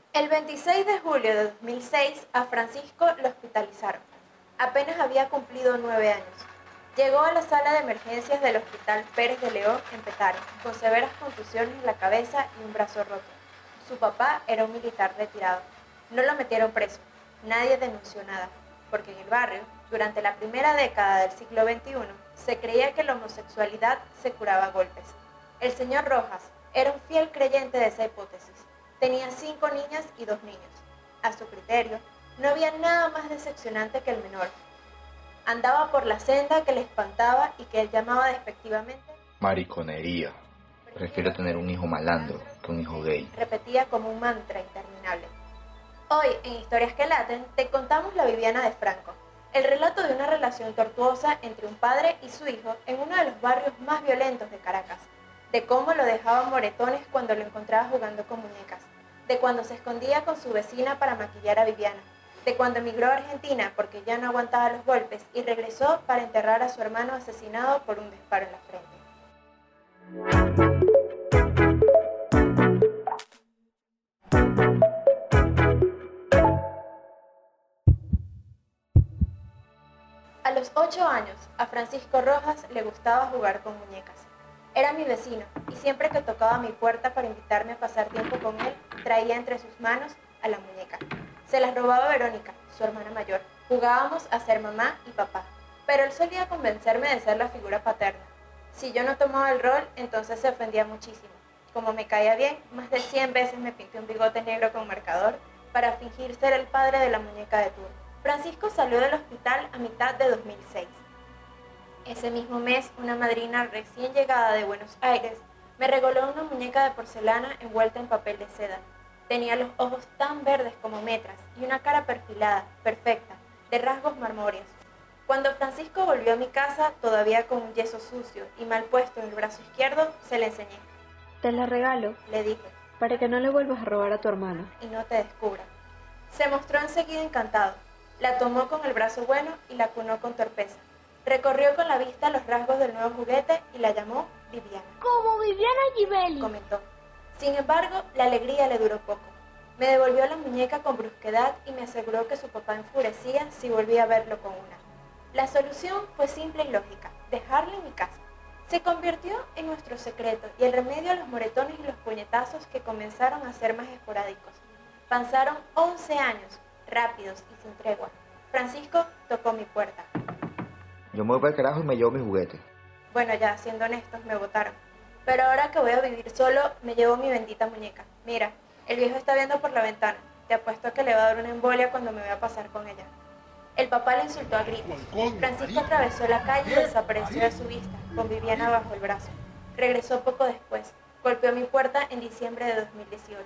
El 26 de julio de 2006 a Francisco lo hospitalizaron. Apenas había cumplido 9 años. Llegó a la sala de emergencias del Hospital Pérez de León en Petare, con severas contusiones en la cabeza y un brazo roto. Su papá era un militar retirado. No lo metieron preso. Nadie denunció nada, porque en el barrio, durante la primera década del siglo XXI, se creía que la homosexualidad se curaba a golpes. El señor Rojas era un fiel creyente de esa hipótesis. Tenía 5 niñas y 2 niños. A su criterio, no había nada más decepcionante que el menor. Andaba por la senda que le espantaba y que él llamaba despectivamente mariconería. Prefiero tener un hijo malandro que un hijo gay. Repetía como un mantra interminable. Hoy, en Historias que Laten, te contamos la Viviana de Franco, el relato de una relación tortuosa entre un padre y su hijo en uno de los barrios más violentos de Caracas, de cómo lo dejaban moretones cuando lo encontraba jugando con muñecas, de cuando se escondía con su vecina para maquillar a Viviana, de cuando emigró a Argentina porque ya no aguantaba los golpes y regresó para enterrar a su hermano asesinado por un disparo en la frente. A los 8 años, a Francisco Rojas le gustaba jugar con muñecas. Era mi vecino y siempre que tocaba mi puerta para invitarme a pasar tiempo con él, traía entre sus manos a la muñeca. Se las robaba Verónica, su hermana mayor. Jugábamos a ser mamá y papá, pero él solía convencerme de ser la figura paterna. Si yo no tomaba el rol, entonces se ofendía muchísimo. Como me caía bien, más de 100 veces me pinté un bigote negro con marcador para fingir ser el padre de la muñeca de turno. Francisco salió del hospital a mitad de 2006. Ese mismo mes, una madrina recién llegada de Buenos Aires me regaló una muñeca de porcelana envuelta en papel de seda. Tenía los ojos tan verdes como metras y una cara perfilada, perfecta, de rasgos marmóreos. Cuando Francisco volvió a mi casa, todavía con un yeso sucio y mal puesto en el brazo izquierdo, se le enseñé. Te la regalo, le dije, para que no le vuelvas a robar a tu hermano. Y no te descubra. Se mostró enseguida encantado. La tomó con el brazo bueno y la cunó con torpeza. Recorrió con la vista los rasgos del nuevo juguete y la llamó Viviana. Como Viviana Givelli, comentó. Sin embargo, la alegría le duró poco. Me devolvió la muñeca con brusquedad y me aseguró que su papá enfurecía si volvía a verlo con una. La solución fue simple y lógica, dejarla en mi casa. Se convirtió en nuestro secreto y el remedio a los moretones y los puñetazos que comenzaron a ser más esporádicos. Pasaron 11 años, rápidos y sin tregua. Francisco tocó mi puerta. Yo me voy para el carajo y me llevo mi juguete. Bueno, ya, siendo honestos, me botaron. Pero ahora que voy a vivir solo, me llevo mi bendita muñeca. Mira, el viejo está viendo por la ventana. Te apuesto que le va a dar una embolia cuando me vea pasar con ella. El papá le insultó a gritos. Francisco atravesó la calle y desapareció de su vista, con Viviana bajo el brazo. Regresó poco después. Golpeó mi puerta en diciembre de 2018.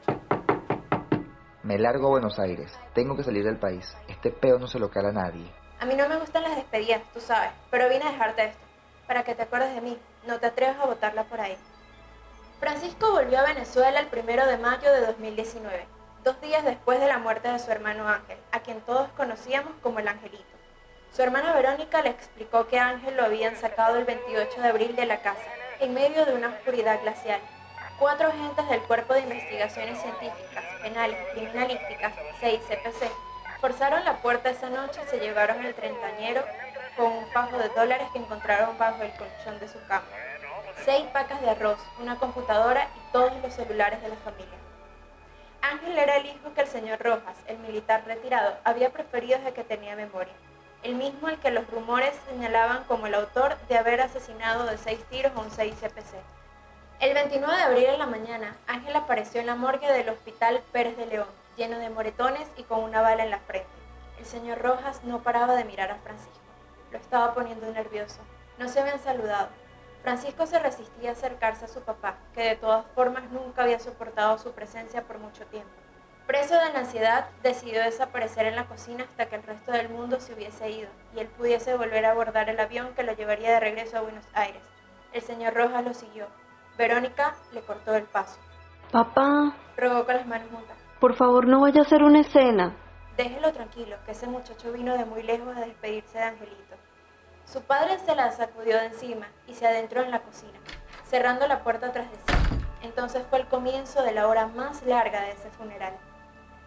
Me largo a Buenos Aires. Tengo que salir del país. Este peo no se lo cala a nadie. A mí no me gustan las despedidas, tú sabes, pero vine a dejarte esto, para que te acuerdes de mí. No te atrevas a botarla por ahí. Francisco volvió a Venezuela el 1 de mayo de 2019, 2 días después de la muerte de su hermano Ángel, a quien todos conocíamos como el Angelito. Su hermana Verónica le explicó que Ángel lo habían sacado el 28 de abril de la casa, en medio de una oscuridad glacial. 4 agentes del Cuerpo de Investigaciones Científicas, Penales y Criminalísticas, CICPC, forzaron la puerta esa noche y se llevaron el treintañero con un fajo de dólares que encontraron bajo el colchón de su cama. 6 pacas de arroz, una computadora y todos los celulares de la familia. Ángel era el hijo que el señor Rojas, el militar retirado, había preferido desde que tenía memoria. El mismo al que los rumores señalaban como el autor de haber asesinado de 6 tiros a un CICPC. El 29 de abril en la mañana, Ángel apareció en la morgue del Hospital Pérez de León, lleno de moretones y con una bala en la frente. El señor Rojas no paraba de mirar a Francisco. Lo estaba poniendo nervioso. No se habían saludado. Francisco se resistía a acercarse a su papá, que de todas formas nunca había soportado su presencia por mucho tiempo. Preso de la ansiedad, decidió desaparecer en la cocina hasta que el resto del mundo se hubiese ido y él pudiese volver a abordar el avión que lo llevaría de regreso a Buenos Aires. El señor Rojas lo siguió. Verónica le cortó el paso. Papá, rogó con las manos juntas. Por favor, no vaya a hacer una escena. Déjelo tranquilo, que ese muchacho vino de muy lejos a despedirse de Angelito. Su padre se la sacudió de encima y se adentró en la cocina, cerrando la puerta tras de sí. Entonces fue el comienzo de la hora más larga de ese funeral.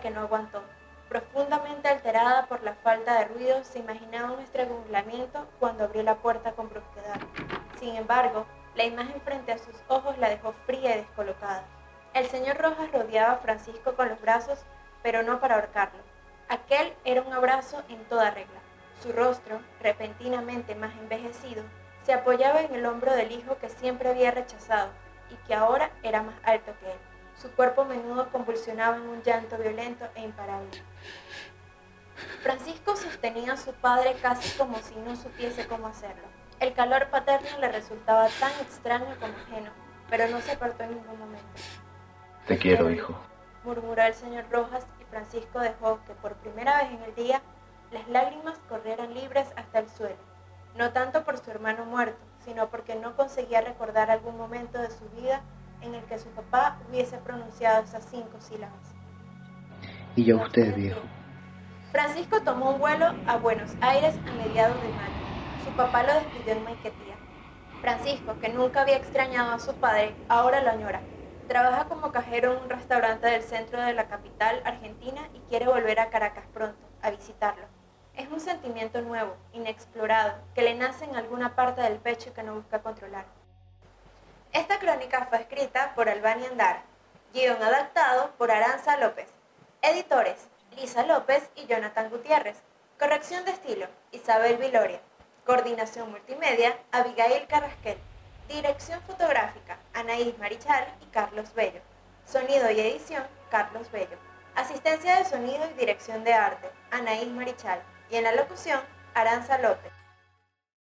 que no aguantó. Profundamente alterada por la falta de ruido, se imaginaba un estrangulamiento cuando abrió la puerta con brusquedad. Sin embargo, la imagen frente a sus ojos la dejó fría y descolocada. El señor Rojas rodeaba a Francisco con los brazos, pero no para ahorcarlo. Aquel era un abrazo en toda regla. Su rostro, repentinamente más envejecido, se apoyaba en el hombro del hijo que siempre había rechazado y que ahora era más alto que él. Su cuerpo a menudo convulsionaba en un llanto violento e imparable. Francisco sostenía a su padre casi como si no supiese cómo hacerlo. El calor paterno le resultaba tan extraño como ajeno, pero no se apartó en ningún momento. Te quiero, hijo, murmuró el señor Rojas, y Francisco dejó que por primera vez en el día las lágrimas corrieran libres hasta el suelo, no tanto por su hermano muerto, sino porque no conseguía recordar algún momento de su vida en el que su papá hubiese pronunciado esas 5 sílabas. Y yo a usted, viejo. Francisco tomó un vuelo a Buenos Aires a mediados de mayo. Su papá lo despidió en Maiquetía. Francisco, que nunca había extrañado a su padre, ahora lo añora. Trabaja como cajero en un restaurante del centro de la capital argentina y quiere volver a Caracas pronto, a visitarlo. Es un sentimiento nuevo, inexplorado, que le nace en alguna parte del pecho y que no busca controlar. Esta crónica fue escrita por Albania Andara, guión adaptado por Aranza López, editores Lisa López y Jonathan Gutiérrez, corrección de estilo Isabel Viloria, coordinación multimedia Abigail Carrasquel, dirección fotográfica Anaís Marichal y Carlos Bello, sonido y edición Carlos Bello, asistencia de sonido y dirección de arte Anaís Marichal y en la locución Aranza López.